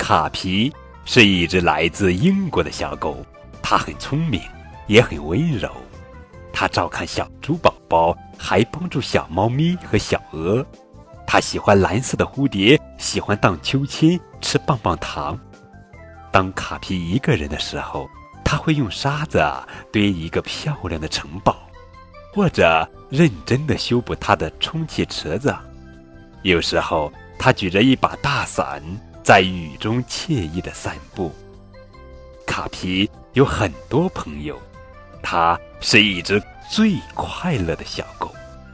卡皮是一只来自英国的小狗，它很聪明，也很温柔。它照看小猪宝宝，还帮助小猫咪和小鹅。它喜欢蓝色的蝴蝶，喜欢荡秋千，吃棒棒糖。当卡皮一个人的时候，他会用沙子堆一个漂亮的城堡，或者认真地修补他的充气池子。有时候他举着一把大伞，在雨中惬意地散步。卡皮有很多朋友，它是一只最快乐的小狗。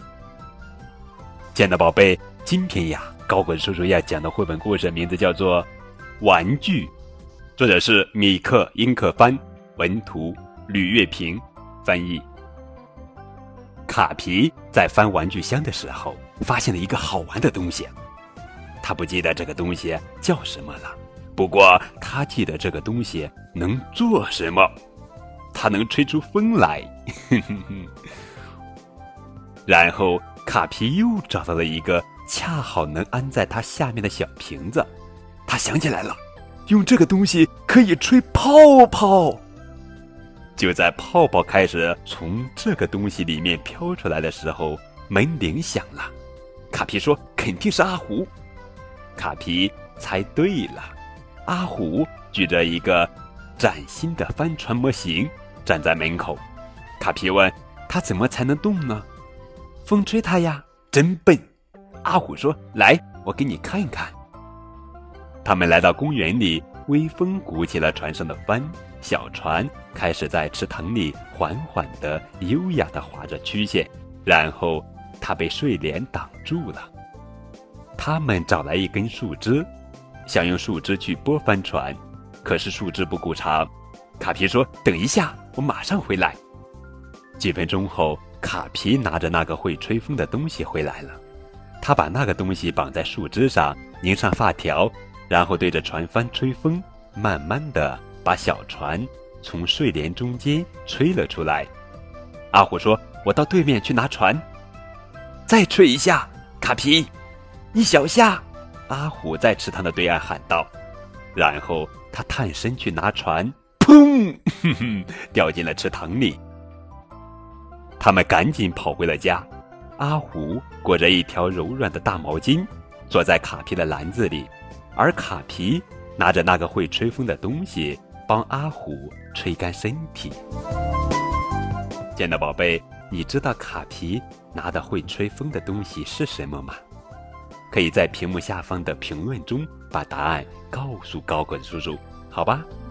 亲爱的宝贝，今天呀，高滚叔叔要讲的绘本故事名字叫做《玩具》，作者是米克·英克帆，文图吕月平翻译。卡皮在翻玩具箱的时候，发现了一个好玩的东西。他不记得这个东西叫什么了，不过他记得这个东西能做什么。它能吹出风来。然后卡皮又找到了一个恰好能安在它下面的小瓶子。他想起来了，用这个东西可以吹泡泡。就在泡泡开始从这个东西里面飘出来的时候，门铃响了。卡皮说肯定是阿胡。卡皮猜对了，阿胡举着一个崭新的帆船模型站在门口。卡皮问他怎么才能动呢？风吹它呀。真笨。阿虎说来，我给你看看。他们来到公园里，微风鼓起了船上的帆，小船开始在池塘里缓缓地优雅地划着曲线，然后它被睡莲挡住了。他们找来一根树枝，想用树枝去拨帆船，可是树枝不够长。卡皮说等一下，我马上回来。几分钟后，卡皮拿着那个会吹风的东西回来了。他把那个东西绑在树枝上，拧上发条，然后对着船帆吹风，慢慢地把小船从睡莲中间吹了出来。阿虎说我到对面去拿船。再吹一下，卡皮。一小下，阿虎在池塘的对岸喊道。然后他探身去拿船，砰！掉进了池塘里。他们赶紧跑回了家。阿虎裹着一条柔软的大毛巾，坐在卡皮的篮子里，而卡皮拿着那个会吹风的东西，帮阿虎吹干身体。亲爱的宝贝，你知道卡皮拿的会吹风的东西是什么吗？可以在屏幕下方的评论中把答案告诉高滚叔叔，好吧？